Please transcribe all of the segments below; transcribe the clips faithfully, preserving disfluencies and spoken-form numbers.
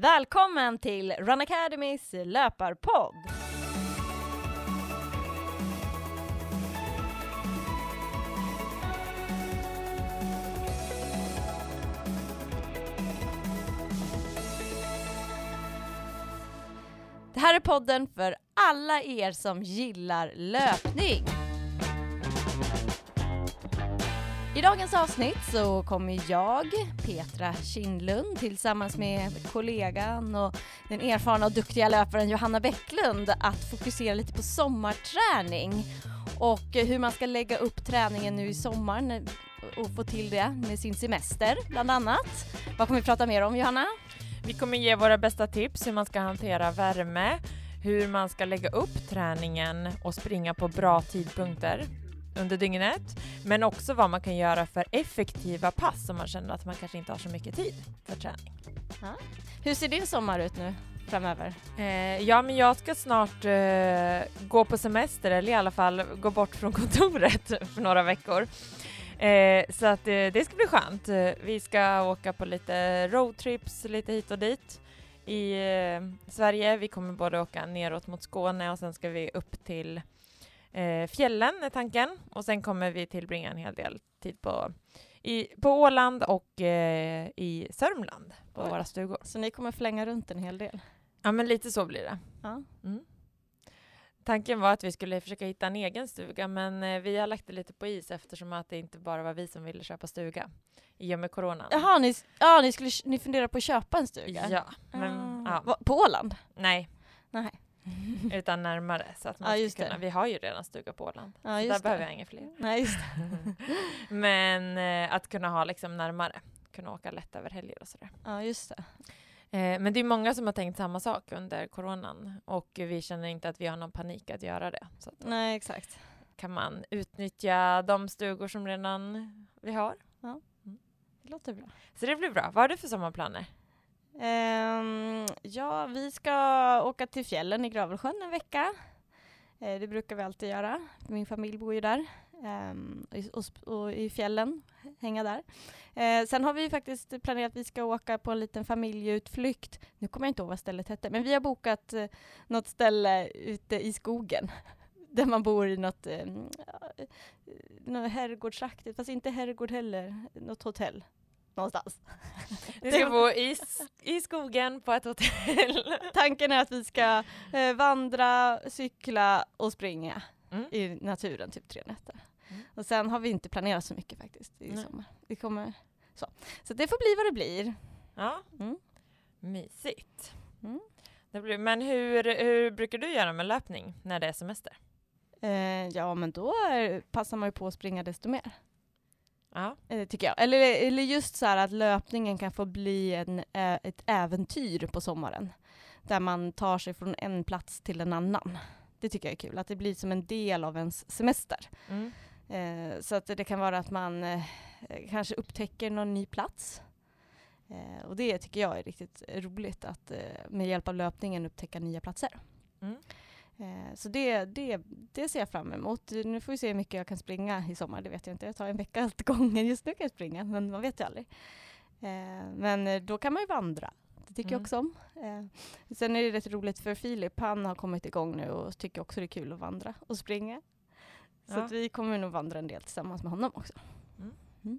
Välkommen till Run Academys löparpodd! Det här är podden för alla er som gillar löpning. I dagens avsnitt så kommer jag, Petra Kindlund, tillsammans med kollegan och den erfarna och duktiga löparen Johanna Bäcklund att fokusera lite på sommarträning och hur man ska lägga upp träningen nu i sommaren och få till det med sin semester bland annat. Vad kommer vi prata mer om, Johanna? Vi kommer ge våra bästa tips hur man ska hantera värme, hur man ska lägga upp träningen och springa på bra tidpunkter under dygnet, men också vad man kan göra för effektiva pass om man känner att man kanske inte har så mycket tid för träning. Ja. Hur ser din sommar ut nu framöver? Eh, ja, men jag ska snart eh, gå på semester, eller i alla fall gå bort från kontoret för några veckor. Eh, så att eh, det ska bli skönt. Vi ska åka på lite roadtrips lite hit och dit i eh, Sverige. Vi kommer både åka neråt mot Skåne och sen ska vi upp till eh, fjällen är tanken. Och sen kommer vi tillbringa en hel del tid på, i, på Åland och eh, i Sörmland på Oj. våra stugor. Så ni kommer flänga runt en hel del? Ja, men lite så blir det. Ja. Mm. Tanken var att vi skulle försöka hitta en egen stuga, men eh, vi har lagt det lite på is eftersom att det inte bara var vi som ville köpa stuga i och med coronan. Jaha, ni, ja, ni, skulle, ni funderar på att köpa en stuga? Ja. Men, ah. ja. Va, på Åland? Nej. Nej. Utan närmare. Så att man ja, ska just kunna, det. Vi har ju redan stuga på Åland. Ja, så just där det. behöver jag inga fler. Nej, just det. Men eh, att kunna ha liksom närmare. Kunna åka lätt över helger och sådär. Ja, just det. Men det är många som har tänkt samma sak under coronan och vi känner inte att vi har någon panik att göra det. Så att Nej, exakt. Kan man utnyttja de stugor som redan vi har. Ja, det låter bra. Så det blir bra. Vad har du för sommarplaner? Um, ja, vi ska åka till fjällen i Gravelsjön en vecka. Eh, det brukar vi alltid göra. Min familj bor ju där. Um, och, och, och i fjällen hänga där. Eh, sen har vi faktiskt planerat att vi ska åka på en liten familjeutflykt. Nu kommer jag inte ihåg vad stället hette, men vi har bokat eh, något ställe ute i skogen där man bor i något, eh, något herrgårdsaktigt, fast inte herrgård heller, något hotell någonstans. Vi ska bo i, i skogen på ett hotell. Tanken är att vi ska eh, vandra, cykla och springa mm. i naturen typ tre nätter. Mm. Och sen har vi inte planerat så mycket faktiskt i Nej. sommar. Vi kommer så. Så det får bli vad det blir. Ja, mm. mysigt. Mm. Det blir, men hur, hur brukar du göra med löpning när det är semester? Eh, ja, men då är, passar man ju på att springa desto mer. Ja. Eh, tycker jag. Eller, eller just så här att löpningen kan få bli en, eh, ett äventyr på sommaren. Där man tar sig från en plats till en annan. Det tycker jag är kul. Att det blir som en del av ens semester. Mm. Eh, så att det kan vara att man eh, kanske upptäcker någon ny plats. Eh, och det tycker jag är riktigt roligt. Att eh, med hjälp av löpningen upptäcka nya platser. Mm. Eh, så det, det, det ser jag fram emot. Nu får vi se hur mycket jag kan springa i sommar. Det vet jag inte. Jag tar en vecka allt gången. Just nu kan jag springa. Men man vet ju aldrig. Eh, men då kan man ju vandra. Det tycker mm. jag också om. Eh, sen är det rätt roligt för Filip. Han har kommit igång nu och tycker också det är kul att vandra och springa. Så ja. att vi kommer nog vandra en del tillsammans med honom också. Mm. Mm.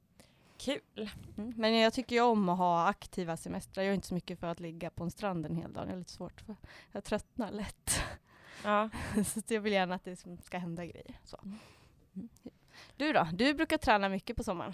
Kul. Mm. Men jag tycker ju om att ha aktiva semestrar. Jag är inte så mycket för att ligga på en strand en hel dag. Det är lite svårt för jag tröttnar lätt. Ja. Så jag vill gärna att det ska hända grejer. Så. Mm. Du då? Du brukar träna mycket på sommaren.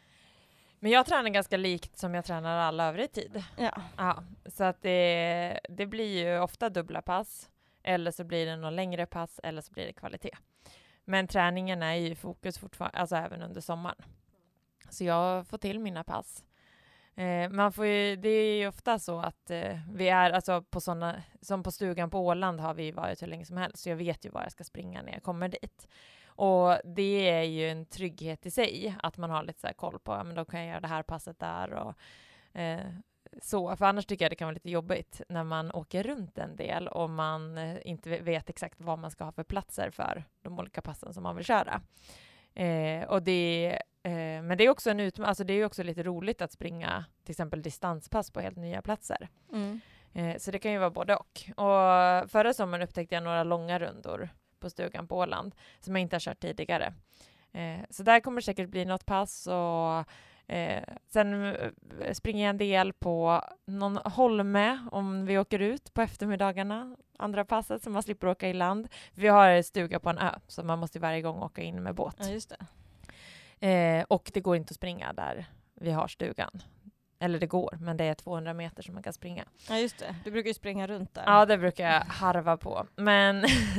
Men jag tränar ganska likt som jag tränar all övrig tid. Ja. Ja, så att det, det blir ju ofta dubbla pass. Eller så blir det någon längre pass. Eller så blir det kvalitet. Men träningen är ju i fokus fortfarande. Alltså även under sommaren. Så jag får till mina pass. Eh, man får ju, det är ju ofta så att eh, vi är, alltså på såna, som på stugan på Åland har vi varit hur länge som helst. Så jag vet ju var jag ska springa när jag kommer dit. Och det är ju en trygghet i sig. Att man har lite så här koll på, ja, men då kan jag göra det här passet där och eh, så. För annars tycker jag det kan vara lite jobbigt när man åker runt en del och man eh, inte vet exakt vad man ska ha för platser för de olika passen som man vill köra. Eh, och det Eh, men det är också en utma- alltså det är också lite roligt att springa till exempel distanspass på helt nya platser. Mm. Eh, så det kan ju vara både och. Och förra sommaren upptäckte jag några långa rundor på stugan på Åland som jag inte har kört tidigare. Eh, så där kommer det säkert bli något pass. Och eh, sen springer jag en del på någon holme om vi åker ut på eftermiddagarna. Andra passet så man slipper åka i land. Vi har stuga på en ö så man måste varje gång åka in med båt. Ja, just det. Eh, och det går inte att springa där vi har stugan. Eller det går, men det är tvåhundra meter som man kan springa. Ja, just det. Du brukar ju springa runt där. Ja, det brukar jag harva på. Men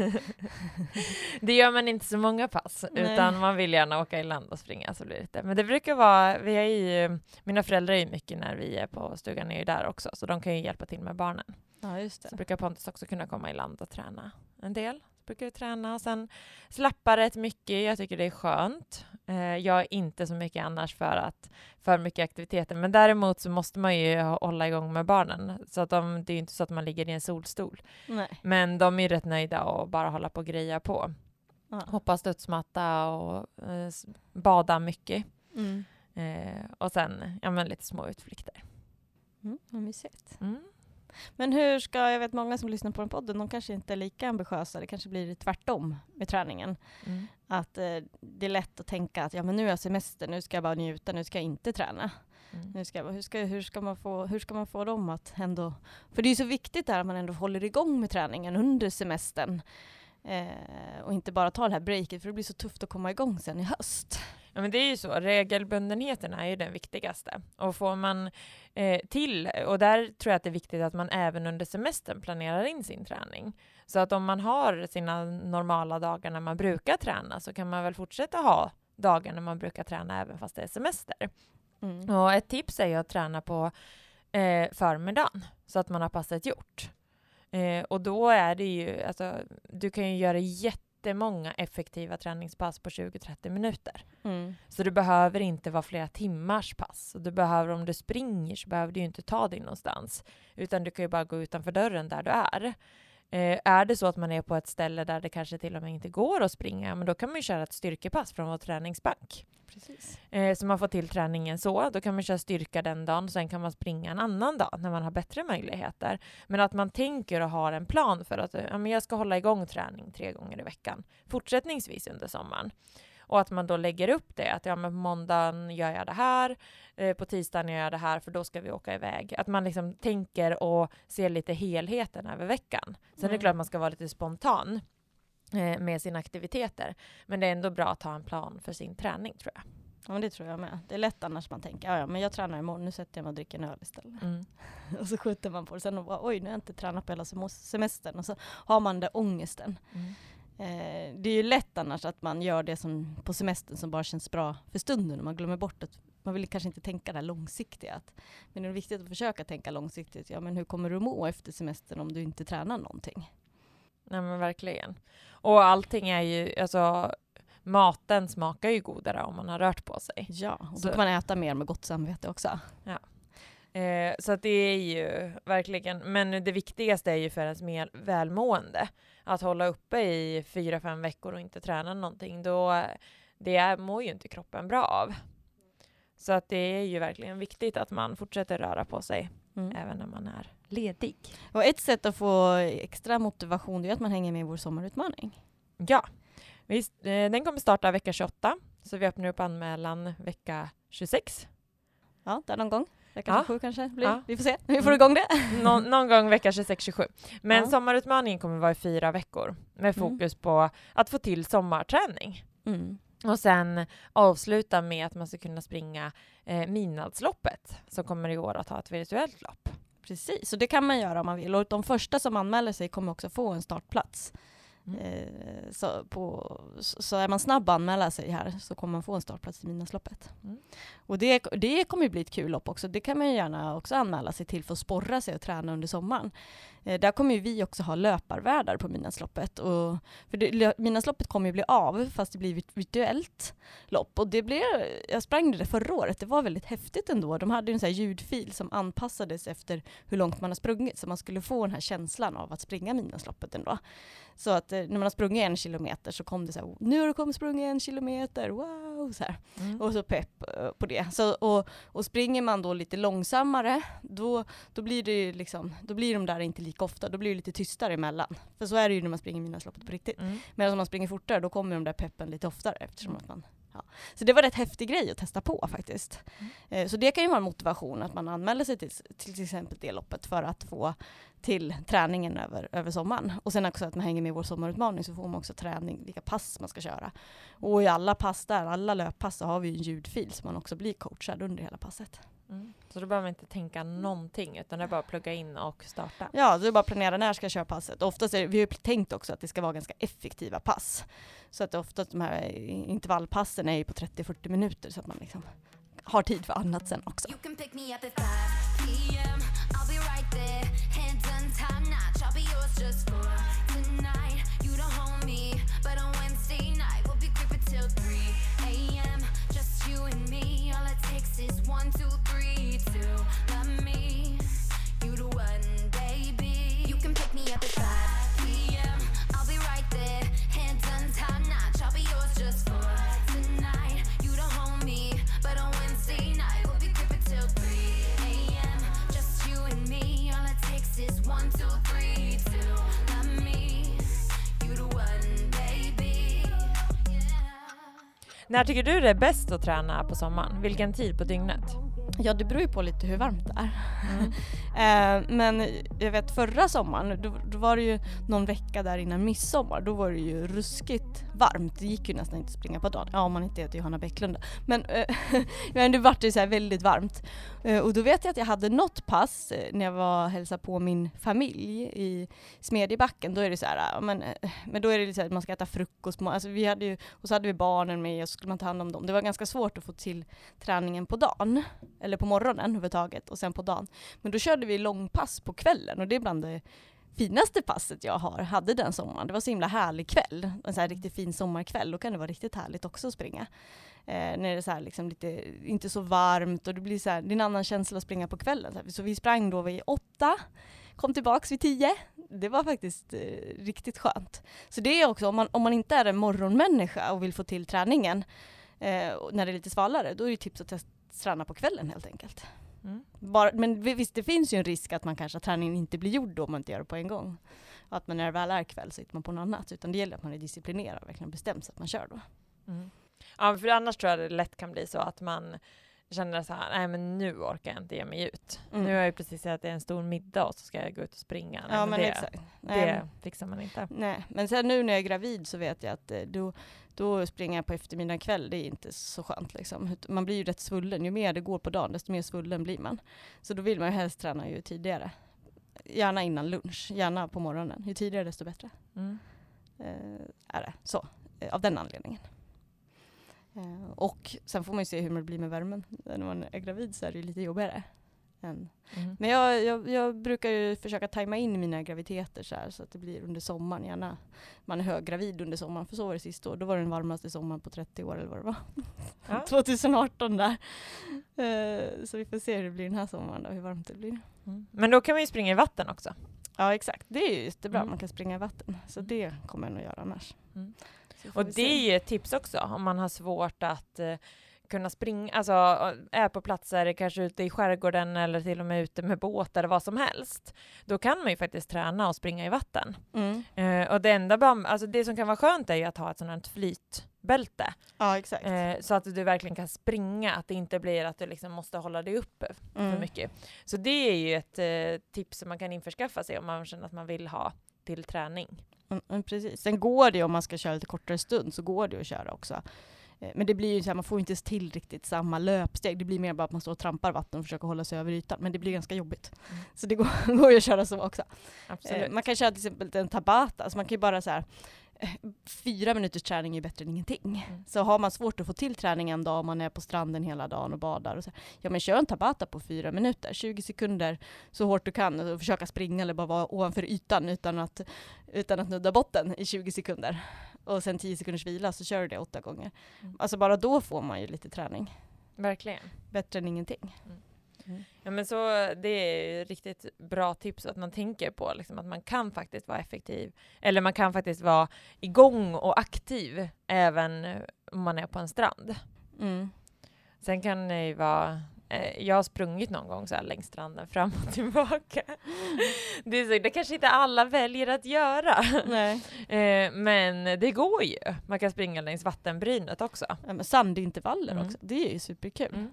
det gör man inte så många pass. Nej. Utan man vill gärna åka i land och springa. Så blir det lite. Men det brukar vara, vi är ju, mina föräldrar är ju mycket när vi är på stugan, är ju där också. Så de kan ju hjälpa till med barnen. Ja, just det. Så brukar Pontus också kunna komma i land och träna en del. Brukar vi träna och sen slappa rätt mycket. Jag tycker det är skönt. Eh, jag är inte så mycket annars för att för mycket aktiviteter. Men däremot så måste man ju hålla igång med barnen. Så att de, det är ju inte så att man ligger i en solstol. Nej. Men de är ju rätt nöjda och bara hålla på och greja på. Ja. Hoppa studsmatta och eh, bada mycket. Mm. Eh, och sen ja, men lite små utflykter. Mm, vad mysigt. Mm. Men hur ska, jag vet många som lyssnar på den podden, de kanske inte är lika ambitiösa, det kanske blir tvärtom med träningen. Mm. Att eh, det är lätt att tänka att ja, men nu är jag semester, nu ska jag bara njuta, nu ska jag inte träna. Mm. Nu ska, jag- hur, ska, hur, ska man få, hur ska man få dem att ändå... För det är ju så viktigt där att man ändå håller igång med träningen under semestern. Eh, och inte bara tar det här breaket, för det blir så tufft att komma igång sen i höst. Ja, men det är ju så. Regelbundenheten är ju den viktigaste. Och får man eh, till, och där tror jag att det är viktigt att man även under semestern planerar in sin träning. Så att om man har sina normala dagar när man brukar träna så kan man väl fortsätta ha dagar när man brukar träna även fast det är semester. Mm. Och ett tips är ju att träna på eh, förmiddagen så att man har passet gjort. Eh, och då är det ju, alltså, du kan ju göra jättemånga effektiva träningspass på tjugo till trettio minuter. Mm. Så det behöver inte vara flera timmars pass. Och du behöver, om du springer så behöver du ju inte ta dig någonstans. Utan du kan ju bara gå utanför dörren där du är. Eh, är det så att man är på ett ställe där det kanske till och med inte går att springa, men då kan man ju köra ett styrkepass från vår träningsbank. Precis. Eh, så man får till träningen så. Då kan man köra styrka den dagen. Sen kan man springa en annan dag när man har bättre möjligheter. Men att man tänker och har en plan för att ja, men jag ska hålla igång träning tre gånger i veckan. Fortsättningsvis under sommaren. Och att man då lägger upp det. Att ja, men på måndagen gör jag det här. Eh, på tisdagen gör jag det här. För då ska vi åka iväg. Att man liksom tänker och ser lite helheten över veckan. Sen är det Mm. klart att man ska vara lite spontan eh, med sina aktiviteter. Men det är ändå bra att ha en plan för sin träning, tror jag. Ja, men det tror jag med. Det är lätt annars man tänker, ja, ja men jag tränar imorgon, nu sätter jag mig och dricker en öl istället. Mm. Och så skjuter man på det. Sen och bara, oj, nu har jag inte tränat på hela sem- semestern. Och så har man den ångesten. Mm. Eh, det är ju lätt annars att man gör det som på semestern som bara känns bra för stunden. Och man glömmer bort att man vill kanske inte tänka det här långsiktiga. Att, men det är viktigt att försöka tänka långsiktigt. Ja, men hur kommer du må efter semestern om du inte tränar någonting? Nej, men verkligen. Och allting är ju, alltså maten smakar ju godare om man har rört på sig. Ja, och då Så- kan man äta mer med gott samvete också. Eh, så att det är ju verkligen, men det viktigaste är ju för ens mer välmående. Att hålla uppe i fyra, fem veckor och inte träna någonting, då det är, mår ju inte kroppen bra av. Så att det är ju verkligen viktigt att man fortsätter röra på sig Mm. även när man är ledig. Och ett sätt att få extra motivation är att man hänger med i vår sommarutmaning. Ja, visst, eh, den kommer starta vecka tjugoåtta, så vi öppnar upp anmälan vecka tjugosex. Ja, där någon gång. Vecka Ja. tjugosju kanske blir. Ja. Vi får se. Vi får igång det. Nå- någon gång vecka tjugosex tjugosju. Men Ja. sommarutmaningen kommer vara i fyra veckor med Mm. fokus på att få till sommarträning. Mm. Och sen avsluta med att man ska kunna springa eh, Midnattsloppet som kommer i år att ha ett virtuellt lopp. Precis, så det kan man göra om man vill. Och de första som anmäler sig kommer också få en startplats. Mm. Eh, så, på, så så är man snabb att anmäla sig här så kommer man få en startplats i Midnattsloppet. Mm. Och det, det kommer ju bli ett kul lopp också. Det kan man ju gärna också anmäla sig till för att sporra sig och träna under sommaren. Eh, där kommer ju vi också ha löparvärdar på Midnattsloppet. Och, för det, Midnattsloppet kommer ju bli av fast det blir ett virtuellt lopp. Och det blev, jag sprang det förra året. Det var väldigt häftigt ändå. De hade ju en sån här ljudfil som anpassades efter hur långt man har sprungit. Så man skulle få den här känslan av att springa Midnattsloppet ändå. Så att när man har sprungit en kilometer så kom det så här, nu har du kommit sprungit en kilometer, wow, så här. Mm. Och så pepp uh, på det. Så, och, och springer man då lite långsammare, då, då blir det liksom, då blir de där inte lika ofta, då blir det lite tystare emellan. För så är det ju när man springer Midnattsloppet på riktigt. Mm. Men om man springer fortare, då kommer de där peppen lite oftare eftersom mm. att man ja. Så det var rätt häftig grej att testa på faktiskt. Mm. Eh, så det kan ju vara en motivation att man anmäler sig till till, till exempel det loppet för att få till träningen över, över sommaren. Och sen också att man hänger med i vår sommarutmaning så får man också träning, vilka pass man ska köra. Och i alla pass där, alla löppass så har vi en ljudfil så man också blir coachad under hela passet. Mm. Så då behöver man inte tänka någonting utan det är bara att plugga in och starta. Ja, det är bara att planera när ska jag köra passet. Oftast är det, vi har ju tänkt också att det ska vara ganska effektiva pass. Så att oftast de här intervallpassen är ju på trettio till fyrtio minuter så att man liksom har tid för annat sen också. När tycker du det är bäst att träna på sommaren? Vilken tid på dygnet? Ja, det beror ju på lite hur varmt det är. Mm. eh, men jag vet förra sommaren, då, då var det ju någon vecka där innan midsommar. Då var det ju ruskigt varmt. Det gick ju nästan inte att springa på dagen. Ja, om man inte heter Johanna Bäcklund. Men, eh, men det var ju så här väldigt varmt. Eh, och då vet jag att jag hade något pass eh, när jag var och hälsade på min familj i Smedjebacken. Då är det så här, men, eh, men då är det så här att man ska äta frukost. Alltså, vi hade ju, och så hade vi barnen med och så skulle man ta hand om dem. Det var ganska svårt att få till träningen på dagen. Eller på morgonen överhuvudtaget och sen på dagen. Men då körde vi långpass på kvällen och det är bland det finaste passet jag har, hade den sommaren. Det var så himla härlig kväll. En så här riktigt fin sommarkväll. Då kan det vara riktigt härligt också att springa. Eh, när det är så här liksom lite, inte så varmt och det blir så här, det är en annan känsla att springa på kvällen. Så, här, så vi sprang då vid åtta, kom tillbaks vid tio. Det var faktiskt eh, riktigt skönt. Så det är också, om man, om man inte är en morgonmänniska och vill få till träningen eh, när det är lite svalare, då är det tips att testa träna på kvällen helt enkelt. Mm. Bara, men visst, det finns ju en risk att man kanske att träningen inte blir gjord då om man inte gör det på en gång. Och att man när det väl är kväll så hittar man på något annat. Utan det gäller att man är disciplinerad och verkligen bestämt så att man kör då. Mm. Ja, för annars tror jag det lätt kan bli så att man känner så här, nej men nu orkar jag inte ge mig ut. Mm. Nu har jag ju precis sagt att det är en stor middag och så ska jag gå ut och springa. Nej, ja, men men det, exakt. Det fixar man inte. Nej, men sen nu när jag är gravid så vet jag att då, då springer jag på eftermiddag kväll. Det är inte så skönt liksom. Man blir ju rätt svullen. Ju mer det går på dagen, desto mer svullen blir man. Så då vill man ju helst träna ju tidigare. Gärna innan lunch, gärna på morgonen. Ju tidigare desto bättre. Mm. Eh, är det så, eh, av den anledningen. Uh, och sen får man ju se hur man blir med värmen. När man är gravid så är det ju lite jobbigare. Än. Mm. Men jag, jag, jag brukar ju försöka tajma in mina graviditeter så här, så att det blir under sommaren. Gärna man är höggravid under sommaren. För så var det sist då. Då var det den varmaste sommaren på trettio år eller vad det var. Ja. tjugo arton där. Uh, så vi får se hur det blir den här sommaren då, hur varmt det blir. Mm. Men då kan man ju springa i vatten också. Ja, exakt. Det är ju jättebra mm. man kan springa i vatten. Så det kommer jag nog göra annars. Mm. Och det är ju ett tips också om man har svårt att uh, kunna springa, alltså är på platser kanske ute i skärgården eller till och med ute med båt eller vad som helst. Då kan man ju faktiskt träna och springa i vatten. Mm. Uh, och det enda, alltså det som kan vara skönt är ju att ha ett sådant flytbälte. Ja, exakt. Uh, så att du verkligen kan springa, att det inte blir att du liksom måste hålla dig uppe mm. för mycket. Så det är ju ett uh, tips som man kan införskaffa sig om man känner att man vill ha till träning. Mm, mm, precis. Sen går det, om man ska köra lite kortare stund så går det att köra också. Eh, men det blir ju så här, man får inte till riktigt samma löpsteg. Det blir mer bara att man står och trampar vatten och försöker hålla sig över ytan. Men det blir ganska jobbigt. Mm. Så det går, går ju att köra så också. Absolut. Eh, man kan köra till exempel en tabata. Så man kan ju bara så här, eh, fyra minuters träning är bättre än ingenting. Mm. Så har man svårt att få till träning en dag om man är på stranden hela dagen och badar. Och så här, ja, men kör en tabata på fyra minuter. tjugo sekunder så hårt du kan. Och försöka springa eller bara vara ovanför ytan utan att, utan att nudda botten i tjugo sekunder. Och sen tio sekunders vila så kör du det åtta gånger. Mm. Alltså bara då får man ju lite träning. Verkligen. Bättre än ingenting. Mm. Mm. Ja, men så det är riktigt bra tips att man tänker på liksom, att man kan faktiskt vara effektiv. Eller man kan faktiskt vara igång och aktiv även om man är på en strand. Mm. Sen kan det ju vara... Jag har sprungit någon gång så här längs stranden fram och tillbaka. Det, är så, det kanske inte alla väljer att göra. Nej. Eh, men det går ju. Man kan springa längs vattenbrynet också. Ja, men sandintervaller Mm. också. Det är ju superkul. Mm.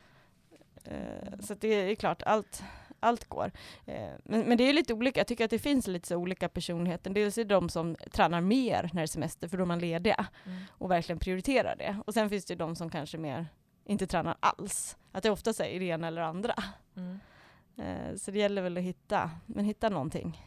Eh, så det är klart, allt, allt går. Eh, men, men det är lite olika. Jag tycker att det finns lite så olika personligheter. Dels är det de som tränar mer när det är semester för de är lediga Mm. och verkligen prioriterar det. Och sen finns det de som kanske mer inte tränar alls. Att det ofta säger det ena eller andra. Mm. Eh, så det gäller väl att hitta, men hitta någonting.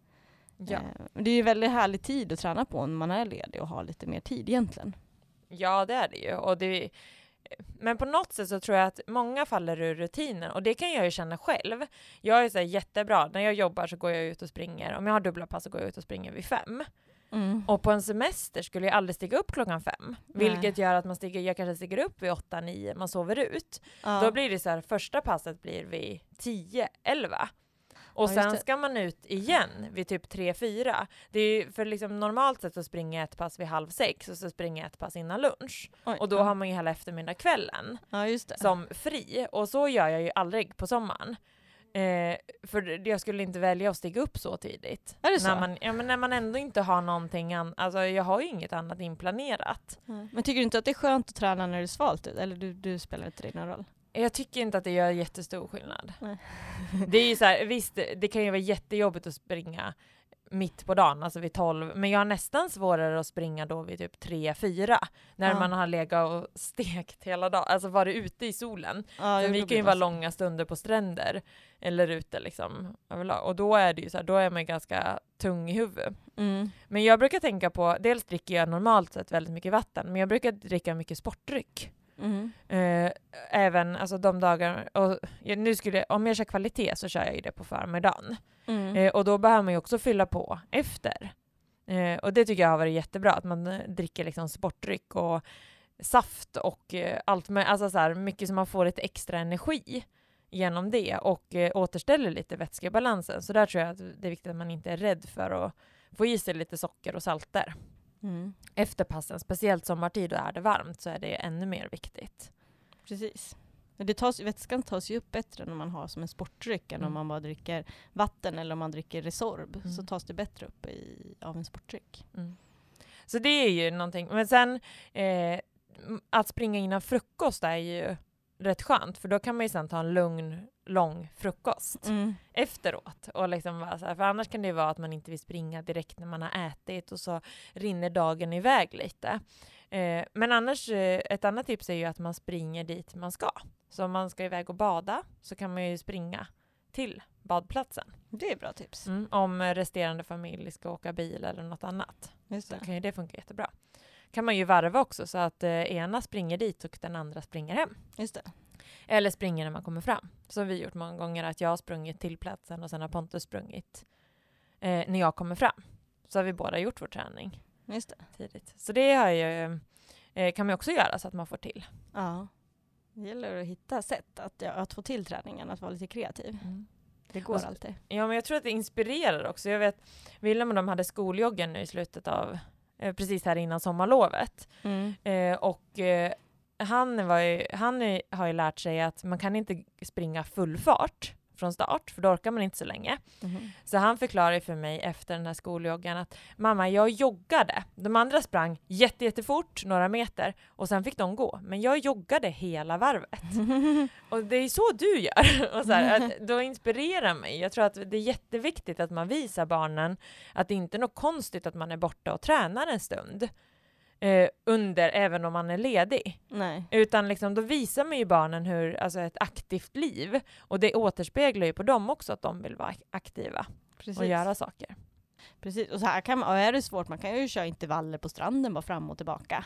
Ja. Eh, men det är ju väldigt härlig tid att träna på när man är ledig och har lite mer tid egentligen. Ja, det är det ju. Och det, men på något sätt så tror jag att många faller ur rutinen. Och det kan jag ju känna själv. Jag är så här jättebra. När jag jobbar så går jag ut och springer. Om jag har dubbla pass så går jag ut och springer vid fem. Mm. Och på en semester skulle jag aldrig stiga upp klockan fem. Nej. Vilket gör att man stiger, jag kanske stiger upp vid åtta, nio. Man sover ut. Ja. Då blir det så här, första passet blir vid tio, elva. Och Ja, just sen det. ska man ut igen vid typ tre, fyra. Det är ju för liksom normalt sett så springer jag ett pass vid halv sex och så springer jag ett pass innan lunch. Oj, Och då ja. har man ju hela eftermiddag kvällen Ja, just det. som fri. Och så gör jag ju aldrig på sommaren. Eh, för jag skulle inte välja att stiga upp så tidigt. Är det så? När man, ja, men när man ändå inte har någonting an- alltså jag har ju inget annat inplanerat. Men tycker du inte att det är skönt att träna när det är svalt ut? Eller du, du spelar inte det någon roll? Jag tycker inte att det gör jättestor skillnad. Nej. Det är ju så här, visst, det kan ju vara jättejobbigt att springa mitt på dagen, alltså vid tolv. Men jag har nästan svårare att springa då vid typ tre, fyra. När Ja. man har legat och stekt hela dagen. Alltså varit ute i solen. Ja, Men jo, vi då kan blir ju det vara så. långa stunder på stränder. Eller ute liksom överlag. Och då är det ju så här, då är man ganska tung i huvudet. Mm. Men jag brukar tänka på, dels dricker jag normalt sett väldigt mycket vatten. Men jag brukar dricka mycket sportdryck. Mm. Eh, även alltså de dagar, och jag, nu skulle, om jag kör kvalitet så kör jag ju det på förmiddagen. Mm. Eh, och då behöver man ju också fylla på efter. Eh, och det tycker jag har varit jättebra, att man eh, dricker liksom sportdryck och saft och eh, allt med, alltså så här, mycket som man får lite extra energi genom det och eh, återställer lite vätskebalansen. Så där tror jag att det är viktigt att man inte är rädd för att få i sig lite socker och salter. Mm. Efter passen, speciellt sommartid och är det varmt, så är det ännu mer viktigt. Precis. Men det tas, vätskan tas ju upp bättre när man har som en sportdryck än Mm. om man bara dricker vatten eller om man dricker Resorb. Mm. Så tas det bättre upp i, av en sportdryck. Mm. Så det är ju någonting. Men sen eh, m- att springa innan frukost är ju rätt skönt. För då kan man ju sen ta en lugn, lång frukost Mm. efteråt. Och liksom vara så här, för annars kan det ju vara att man inte vill springa direkt när man har ätit och så rinner dagen iväg lite. Eh, men annars, eh, ett annat tips är ju att man springer dit man ska. Så om man ska iväg och bada så kan man ju springa till badplatsen. Det är bra tips. Mm, om resterande familj ska åka bil eller något annat. Just Så det. kan ju det funka jättebra. Kan man ju varva också så att eh, ena springer dit och den andra springer hem. Just det. Eller springer när man kommer fram. Så har vi gjort många gånger, att jag har sprungit till platsen och sen har Pontus sprungit eh, när jag kommer fram. Så har vi båda gjort vår träning Just det. tidigt. Så det har ju, eh, kan man också göra så att man får till. Ja. Det gäller att hitta sätt att, ja, att få till träningen, att vara lite kreativ. Det går Och så- alltid. Ja, men jag tror att det inspirerar också. Jag vet, Wilhelm och de hade skoljoggen nu i slutet av, eh, precis här innan sommarlovet. Mm. Eh, och eh, han, var ju, han är, har ju lärt sig att man kan inte springa full fart från start, för då orkar man inte så länge. Mhm. Så han förklarade för mig efter den här skoljoggan att mamma, jag joggade. De andra sprang jätte, jättefort, några meter, och sen fick de gå. Men jag joggade hela varvet. Och det är så du gör. Och så här, att då inspirerar mig. Jag tror att det är jätteviktigt att man visar barnen att det inte är något konstigt att man är borta och tränar en stund. Eh, under, även om man är ledig. Nej. Utan liksom, då visar man ju barnen hur, alltså ett aktivt liv. Och det återspeglar ju på dem också att de vill vara aktiva Precis. och göra saker. Precis. Och så här kan man, och är det svårt, man kan ju köra intervaller på stranden bara fram och tillbaka.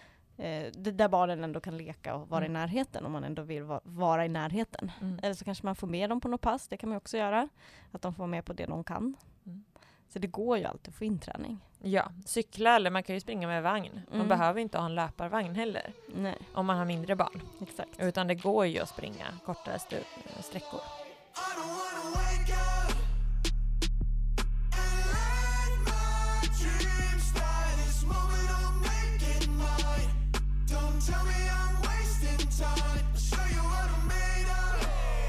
Eh, det där barnen ändå kan leka och vara Mm. i närheten om man ändå vill va- vara i närheten. Mm. Eller så kanske man får med dem på något pass, det kan man också göra. Att de får med på det de kan. Mm. Så det går ju alltid att få in träning. Ja, cykla eller man kan ju springa med vagn. Man Mm. behöver inte ha en löparvagn heller. Nej, Om man har mindre barn. exakt. Utan det går ju att springa kortare stu- sträckor. I don't wanna wake up and let my dreams die. This moment I'll make it mine. Don't tell me I'm wasting time. I'll show you what I'm made of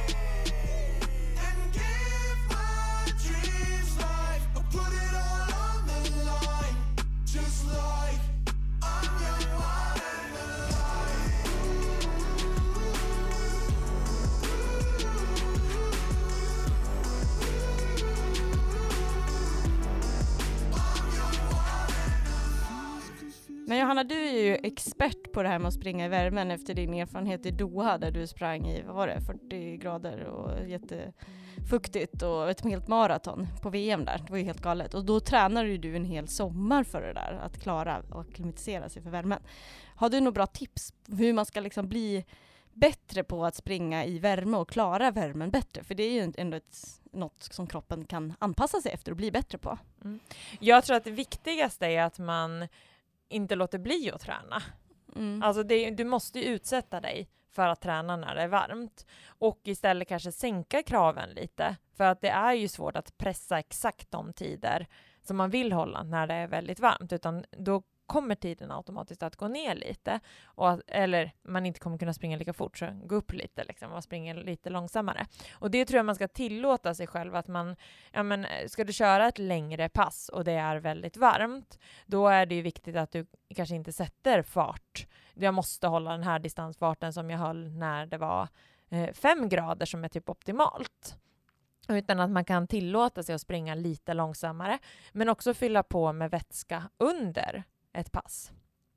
and give my dreams life. I'll put it all on the line, just like I'm young, wild and alive. Men Johanna, du är ju expert på det här med att springa i värmen efter din erfarenhet i Doha där du sprang i, vad var det, fyrtio grader och jättefuktigt och ett helt maraton på V M där. Det var ju helt galet. Och då tränade ju du en hel sommar för det där, att klara och akklimatisera sig för värmen. Har du några bra tips hur man ska liksom bli bättre på att springa i värme och klara värmen bättre? För det är ju ändå ett, något som kroppen kan anpassa sig efter och bli bättre på. Mm. Jag tror att det viktigaste är att man inte låter bli att träna. Mm. Alltså det, du måste ju utsätta dig för att träna när det är varmt. Och istället kanske sänka kraven lite. För att det är ju svårt att pressa exakt de tider som man vill hålla när det är väldigt varmt. Utan då kommer tiden automatiskt att gå ner lite. Och att, eller man inte kommer kunna springa lika fort, så gå upp lite liksom, och springa lite långsammare. Och det tror jag man ska tillåta sig själv. Att man, ja men, ska du köra ett längre pass och det är väldigt varmt, då är det ju viktigt att du kanske inte sätter fart. Jag måste hålla den här distansfarten som jag höll när det var eh, fem grader som är typ optimalt. Utan att man kan tillåta sig att springa lite långsammare. Men också fylla på med vätska under ett pass.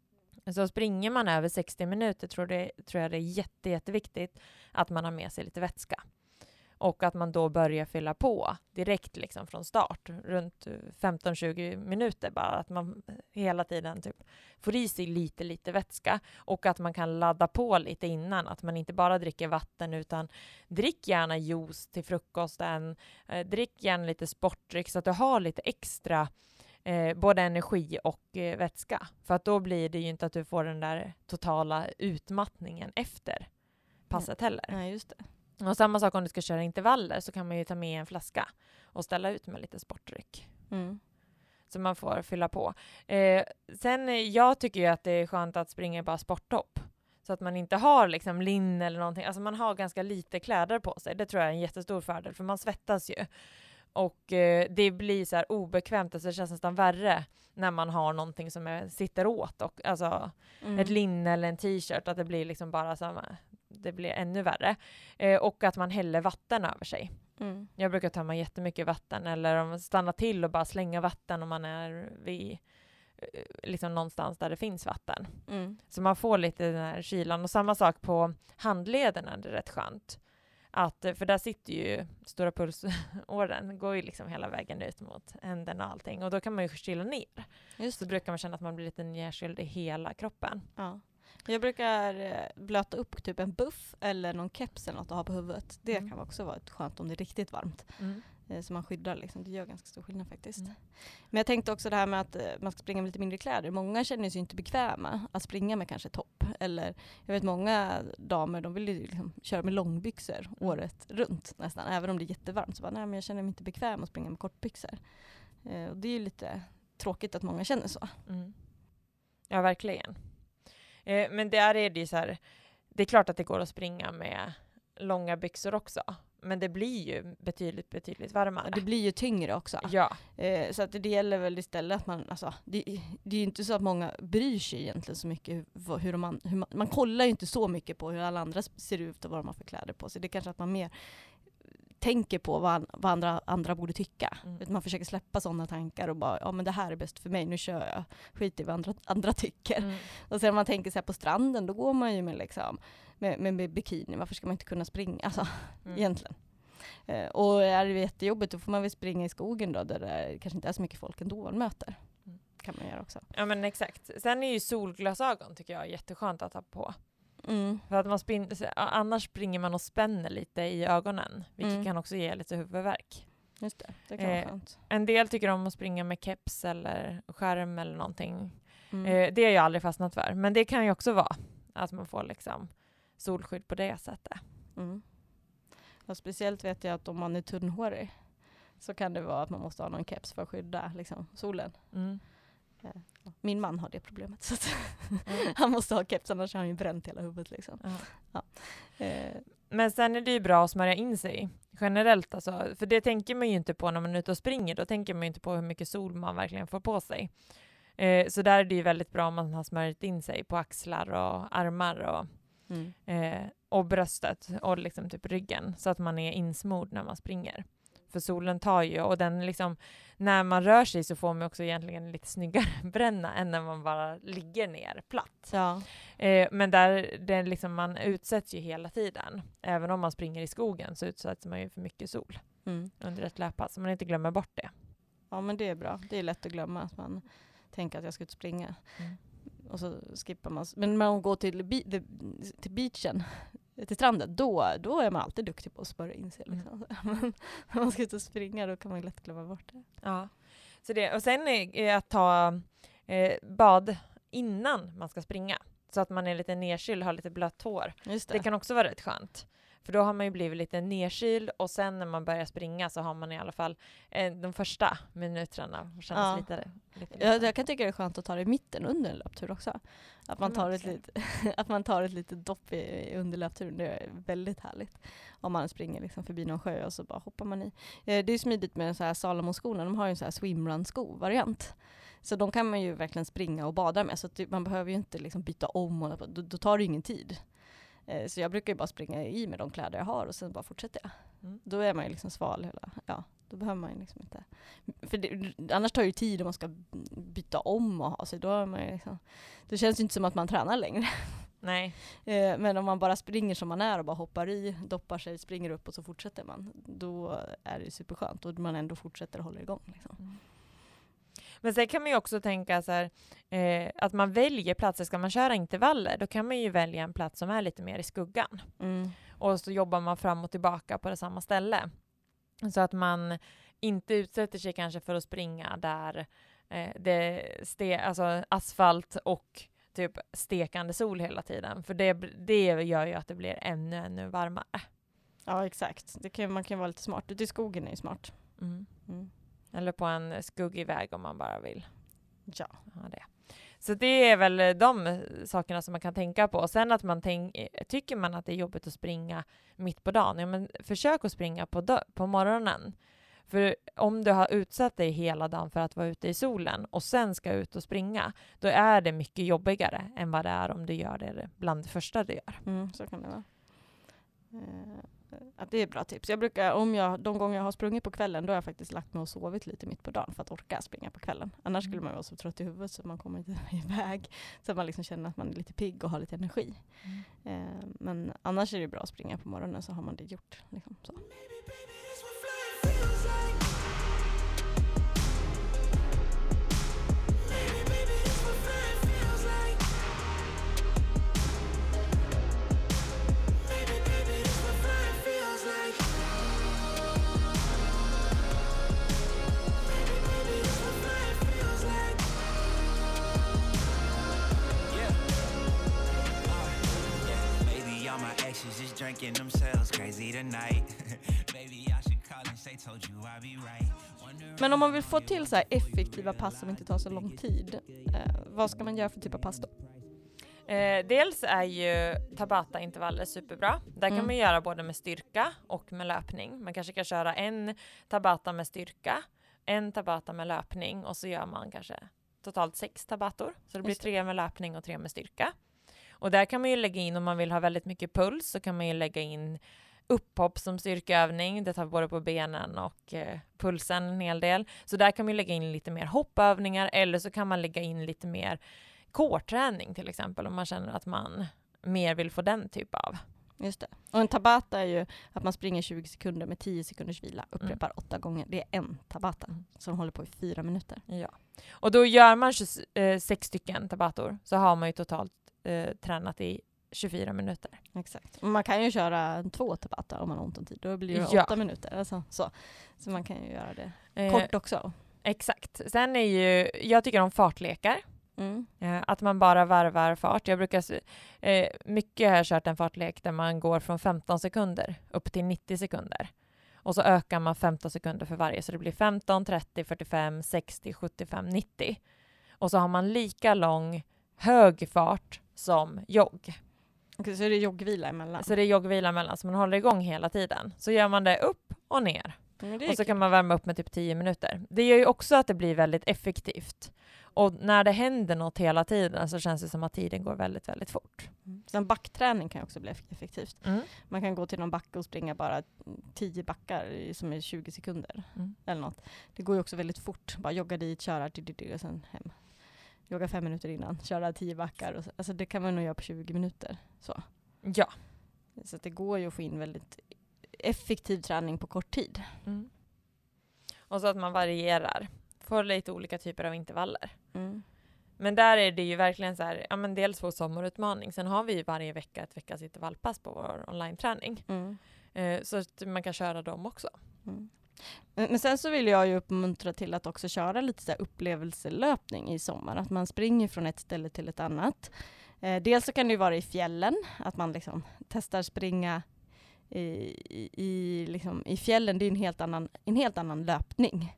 Så springer man över sextio minuter tror, det, tror jag det är jätte, jätteviktigt att man har med sig lite vätska. Och att man då börjar fylla på direkt liksom från start. Runt femton tjugo minuter bara. Att man hela tiden typ får i sig lite, lite vätska. Och att man kan ladda på lite innan. Att man inte bara dricker vatten utan drick gärna juice till frukosten. Eh, drick gärna lite sportdryck så att du har lite extra Eh, både energi och eh, vätska. För att då blir det ju inte att du får den där totala utmattningen efter passet heller. Nej, just det. Och samma sak om du ska köra intervaller, så kan man ju ta med en flaska och ställa ut med lite sportdryck. Mm. Så man får fylla på. Eh, sen eh, jag tycker ju att det är skönt att springa i bara sporttopp. Så att man inte har liksom linne eller någonting. Alltså man har ganska lite kläder på sig. Det tror jag är en jättestor fördel, för man svettas ju. Och eh, det blir så här obekvämt, alltså det känns nästan värre när man har någonting som är, sitter åt. Och, alltså Mm. ett linne eller en t-shirt, att det blir liksom bara samma, det blir ännu värre. Eh, och att man häller vatten över sig. Mm. Jag brukar ta mig jättemycket vatten, eller om man stannar till och bara slänga vatten om man är vid eh, liksom någonstans där det finns vatten. Mm. Så man får lite den här kylan. Och samma sak på handlederna, det är rätt skönt. Att, för där sitter ju stora pulsåren, går ju liksom hela vägen ut mot händerna och allting. Och då kan man ju kyla ner. Just Så det. brukar man känna att man blir lite nedkyld i hela kroppen. Ja. Jag brukar eh, blöta upp typ en buff eller någon keps eller något att ha på huvudet. Det Mm. kan också vara ett skönt om det är riktigt varmt. Mm. Eh, så man skyddar liksom. Det gör ganska stor skillnad faktiskt. Mm. Men jag tänkte också det här med att eh, man ska springa med lite mindre kläder. Många känner sig inte bekväma att springa med kanske topp. Eller jag vet många damer, de vill ju liksom köra med långbyxor året runt nästan. Även om det är jättevarmt så bara, nej men jag känner mig inte bekväm att springa med kortbyxor. Eh, och det är ju lite tråkigt att många känner så. Mm. Ja, verkligen. Eh, men där är det ju så här, det är klart att det går att springa med långa byxor också. Men det blir ju betydligt, betydligt varmare. Det blir ju tyngre också. Ja. Eh, så att det gäller väl istället att man, alltså, det, det är ju inte så att många bryr sig egentligen så mycket hur, hur, man, hur man, man kollar ju inte så mycket på hur alla andra ser ut och vad de har för kläder på. Så det är kanske att man mer tänker på vad, vad andra, andra borde tycka. Mm. Att man försöker släppa sådana tankar och bara, ja men det här är bäst för mig, nu kör jag, skit i vad andra, andra tycker. Mm. Och sen om man tänker så här på stranden, då går man ju med, liksom, med, med, med bikini, varför ska man inte kunna springa? Alltså, Mm. egentligen. Eh, och är det jättejobbigt, då får man väl springa i skogen då, där det kanske inte är så mycket folk ändå man möter. Mm. Kan man göra också. Ja, men exakt. Sen är ju solglasögon tycker jag är jätteskönt att ha på. Mm. För att man spin- annars springer man och spänner lite i ögonen. Vilket Mm. kan också ge lite huvudvärk. Just det, det kan vara Eh, skönt. En del tycker om att springa med keps eller skärm eller någonting. Mm. Eh, det har jag aldrig fastnat för. Men det kan ju också vara att man får liksom solskydd på det sättet. Mm. Och speciellt vet jag att om man är tunnhårig så kan det vara att man måste ha någon keps för att skydda liksom, solen. Mm. Min man har det problemet. Så att Mm. han måste ha keps, annars har han ju bränt hela huvudet. Liksom. Ja. Ja. Eh, Men sen är det ju bra att smörja in sig generellt. Alltså, för det tänker man ju inte på när man är ute och springer. Då tänker man ju inte på hur mycket sol man verkligen får på sig. Eh, så där är det ju väldigt bra om man har smörjt in sig på axlar och armar och, mm. eh, och bröstet och liksom typ ryggen. Så att man är insmord när man springer. För solen tar ju, och den liksom, när man rör sig så får man också egentligen lite snyggare bränna än när man bara ligger ner platt. Ja. Eh, men där det liksom, man utsätts ju hela tiden. Även om man springer i skogen så utsätts man ju för mycket sol Mm. under ett löppass. Så man inte glömmer bort det. ja, men det är bra. Det är lätt att glömma att man tänker att jag ska ut och springa. Mm. Och så skippar man. Men när man går till, bi- the, till beachen, till stranden, då, då är man alltid duktig på att smörja in sig. Liksom. Men när man ska ut och springa, då kan man lätt glömma bort det. Ja. Så det, och sen är, är att ta eh, bad innan man ska springa. Så att man är lite nedkyld och har lite blött hår. Just det. Det kan också vara rätt skönt. För då har man ju blivit lite nedkyld och sen när man börjar springa så har man i alla fall eh, de första minuterna och känns Ja. lite, lite Ja, jag kan tycka det är skönt att ta det i mitten under en löptur också. Att man Mm, tar ett, också. lit, att man tar ett litet dopp i, i under löpturen. Det är väldigt härligt. Om man springer liksom förbi någon sjö och så bara hoppar man i. Eh, det är smidigt med så här Salomon-skorna. De har ju en så här swimrun-sko-variant. Så de kan man ju verkligen springa och bada med. Så att det, man behöver ju inte liksom byta om. Och, då, då tar det ju ingen tid. Eh, så jag brukar ju bara springa i med de kläder jag har och sen bara fortsätter jag. Mm. Då är man ju liksom sval hela. Ja, då behöver man ju liksom inte. För det, annars tar det ju tid om man ska byta om och ha sig. Då, är man ju liksom, då känns det inte som att man tränar längre. Nej. Eh, men om man bara springer som man är och bara hoppar i, doppar sig, springer upp och så fortsätter man. Då är det superskönt och man ändå fortsätter och håller igång. Liksom. Mm. Men sen kan man ju också tänka så här, eh, att man väljer platser. Ska man köra intervaller, då kan man ju välja en plats som är lite mer i skuggan. Mm. Och så jobbar man fram och tillbaka på det samma ställe. Så att man inte utsätter sig kanske för att springa där eh, det ste- alltså asfalt och typ stekande sol hela tiden. För det, det gör ju att det blir ännu, ännu varmare. Ja, exakt. Det kan, man kan vara lite smart. Ute i skogen är ju smart. Mm. Mm. Eller på en skuggig väg om man bara vill Ja. ha det. Så det är väl de sakerna som man kan tänka på. Sen att man tänk, tycker man att det är jobbigt att springa mitt på dagen, ja, men försök att springa på, do- på morgonen. För om du har utsatt dig hela dagen för att vara ute i solen och sen ska ut och springa, då är det mycket jobbigare än vad det är om du gör det bland det första du gör. Mm, så kan det vara. Eh, att det är ett bra tips. Jag brukar, om jag, de gånger jag har sprungit på kvällen, då har jag faktiskt lagt mig och sovit lite mitt på dagen för att orka springa på kvällen. Annars skulle Mm. man vara så trött i huvudet så man kommer inte iväg. Så att man liksom känner att man är lite pigg och har lite energi. Mm. Eh, men annars är det bra att springa på morgonen, så har man det gjort. Liksom, så. Baby, baby, this what flying feels like. Baby, baby, this what flying feels like. Baby, baby, this what flying feels like. Baby, baby, this what flying feels like. Yeah. Uh, yeah. Maybe all my exes just drinking themselves crazy tonight. Maybe I should call and say told you I'll be right. Wonder Men om man vill få till så här effektiva pass som inte tar så lång tid, eh, vad ska man göra för typ av pass då? Eh, dels är ju Tabata-intervaller superbra. Där Mm. kan man göra både med styrka och med löpning. Man kanske kan köra en Tabata med styrka, en Tabata med löpning och så gör man kanske totalt sex Tabator. Så det blir Just det. tre med löpning och tre med styrka. Och där kan man ju lägga in, om man vill ha väldigt mycket puls, så kan man ju lägga in upphopp som styrkeövning. Det tar både på benen och eh, pulsen en hel del. Så där kan man ju lägga in lite mer hoppövningar, eller så kan man lägga in lite mer core-träning till exempel, om man känner att man mer vill få den typ av. Just det. Och en tabata är ju att man springer tjugo sekunder med tio sekunders vila, upprepar Mm. åtta gånger. Det är en tabata Mm. som håller på i fyra minuter. Ja. Och då gör man tjugosex stycken tabator, så har man ju totalt eh, tränat i tjugofyra minuter. Exakt. Man kan ju köra två Tabata om man har ont om tid. Då blir det Ja. åtta minuter. Alltså, så. så man kan ju göra det Eh, kort också. Exakt. Sen är ju, jag tycker om fartlekar. Mm. Eh, att man bara varvar fart. Jag brukar, s- eh, mycket har jag kört en fartlek där man går från femton sekunder upp till nittio sekunder. Och så ökar man femton sekunder för varje. Så det blir femton, trettio, fyrtiofem, sextio, sjuttiofem, nittio. Och så har man lika lång hög fart som jogg. Okej, så är det joggvila emellan. Så det är joggvila mellan, så man håller igång hela tiden. Så gör man det upp och ner. Men det är Och så kul. kan man värma upp med typ tio minuter. Det gör ju också att det blir väldigt effektivt. Och när det händer något hela tiden så känns det som att tiden går väldigt, väldigt fort. Mm. Sen backträning kan ju också bli eff- effektivt. Mm. Man kan gå till någon backe och springa bara tio backar i- som är tjugo sekunder. Mm. Eller något. Det går ju också väldigt fort. Bara jogga dit, köra di, di, di, och sen hem. Jogga fem minuter innan, köra tio backar. Och så. Alltså det kan man nog göra på tjugo minuter. Så. Ja. så att det går ju att få in väldigt effektiv träning på kort tid. Mm. Och så att man varierar. Får lite olika typer av intervaller. Mm. Men där är det ju verkligen så här, ja men dels vår sommarutmaning. Sen har vi ju varje vecka ett veckas intervallpass på vår online-träning. Mm. Eh, så att man kan köra dem också. Mm. Men men sen så vill jag ju uppmuntra till att också köra lite så här upplevelselöpning i sommar. Att man springer från ett ställe till ett annat. Eh, dels så kan det ju vara i fjällen. Att man liksom testar springa i, i, i, liksom, i fjällen. Det är en helt annan, en helt annan löpning.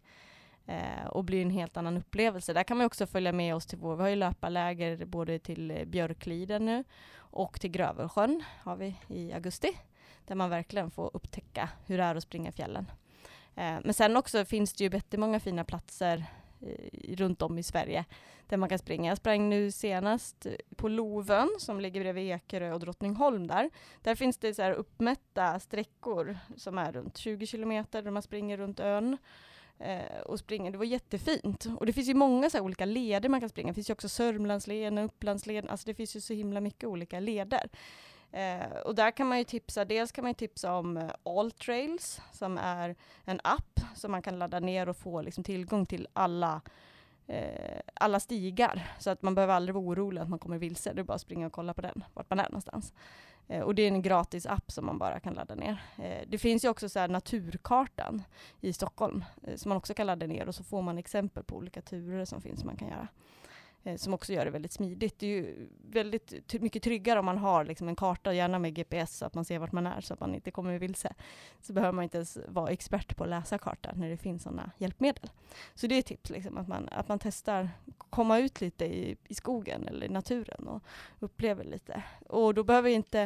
Eh, och blir en helt annan upplevelse. Där kan man också följa med oss till vår. Vi har ju löparläger både till eh, Björkliden nu och till Grövelsjön har vi i augusti. Där man verkligen får upptäcka hur det är att springa i fjällen. Eh, men sen också finns det ju jättemånga fina platser eh, runt om i Sverige där man kan springa. Jag sprang nu senast på Lovön som ligger bredvid Ekerö och Drottningholm där. Där finns det så här uppmätta sträckor som är runt tjugo kilometer där man springer runt ön. Eh, och springer. Det var jättefint. Och det finns ju många så här olika leder man kan springa. Det finns ju också Sörmlandsleden, Upplandsleden. Alltså det finns ju så himla mycket olika leder. Eh, och där kan man ju tipsa, dels kan man ju tipsa om eh, All Trails som är en app som man kan ladda ner och få liksom, tillgång till alla, eh, alla stigar. Så att man behöver aldrig vara orolig att man kommer vilse. Det är bara att springa och kolla på den, vart man är någonstans. Eh, och det är en gratis app som man bara kan ladda ner. Eh, det finns ju också så här naturkartan i Stockholm eh, som man också kan ladda ner och så får man exempel på olika turer som finns man kan göra. Eh, som också gör det väldigt smidigt. Det är ju väldigt ty- mycket tryggare om man har liksom en karta, gärna med G P S så att man ser vart man är så att man inte kommer vilse. Så behöver man inte ens vara expert på att läsa kartan när det finns sådana hjälpmedel. Så det är ett tips liksom, att, man, att man testar komma ut lite i, i skogen eller i naturen och upplever lite. Och då behöver inte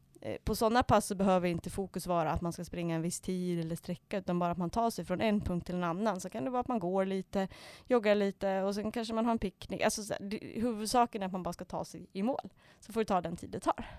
på sådana pass så behöver inte fokus vara att man ska springa en viss tid eller sträcka utan bara att man tar sig från en punkt till en annan. Så kan det vara att man går lite, joggar lite och sen kanske man har en picknick. Alltså så här, det, huvudsaken är att man bara ska ta sig i mål. Så får det ta den tid det tar.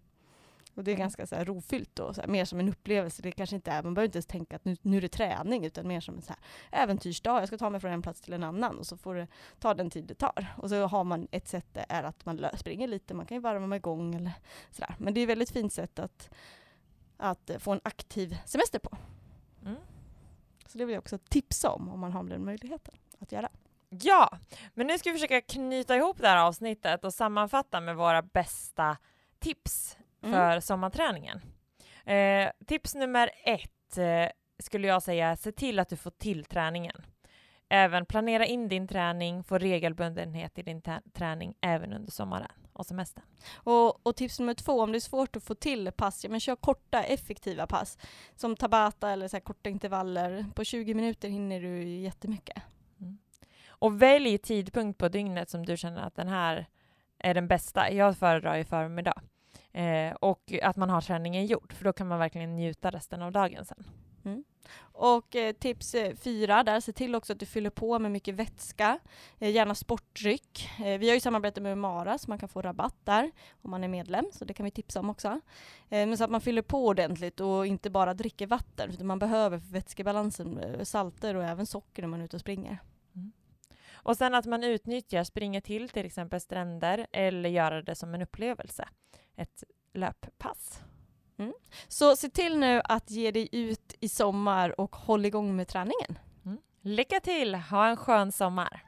Och det är ganska så här rofyllt och så här, mer som en upplevelse. Det kanske inte är, man behöver inte ens tänka att nu, nu är det träning utan mer som en så här äventyrsdag. Jag ska ta mig från en plats till en annan och så får det ta den tid det tar. Och så har man ett sätt det är att man lö- springer lite, man kan ju varva med igång eller sådär. Men det är ett väldigt fint sätt att, att få en aktiv semester på. Mm. Så det vill jag också tipsa om om man har den möjligheten att göra. Ja, men nu ska vi försöka knyta ihop det här avsnittet och sammanfatta med våra bästa tips Mm. för sommarträningen. Eh, tips nummer ett eh, skulle jag säga, se till att du får till träningen. Även planera in din träning, få regelbundenhet i din t- träning även under sommaren och semestern. Och, och tips nummer två, om det är svårt att få till pass, ja, men kör korta, effektiva pass. Som Tabata eller så här korta intervaller. På tjugo minuter hinner du jättemycket. Mm. Och välj tidpunkt på dygnet som du känner att den här är den bästa. Jag föredrar ju förmiddag. Eh, och att man har träningen gjord, för då kan man verkligen njuta resten av dagen sen. Mm. Och eh, tips eh, fyra, där se till också att du fyller på med mycket vätska, eh, gärna sportdryck. Eh, vi har ju samarbete med Umara så man kan få rabatt där om man är medlem, så det kan vi tipsa om också. Eh, men så att man fyller på ordentligt och inte bara dricker vatten, för man behöver för vätskebalansen eh, salter och även socker när man är ute och springer. Mm. Och sen att man utnyttjar, springer till till exempel stränder eller göra det som en upplevelse. Ett löppass. Mm. Så se till nu att ge dig ut i sommar och håll igång med träningen. Mm. Lycka till! Ha en skön sommar!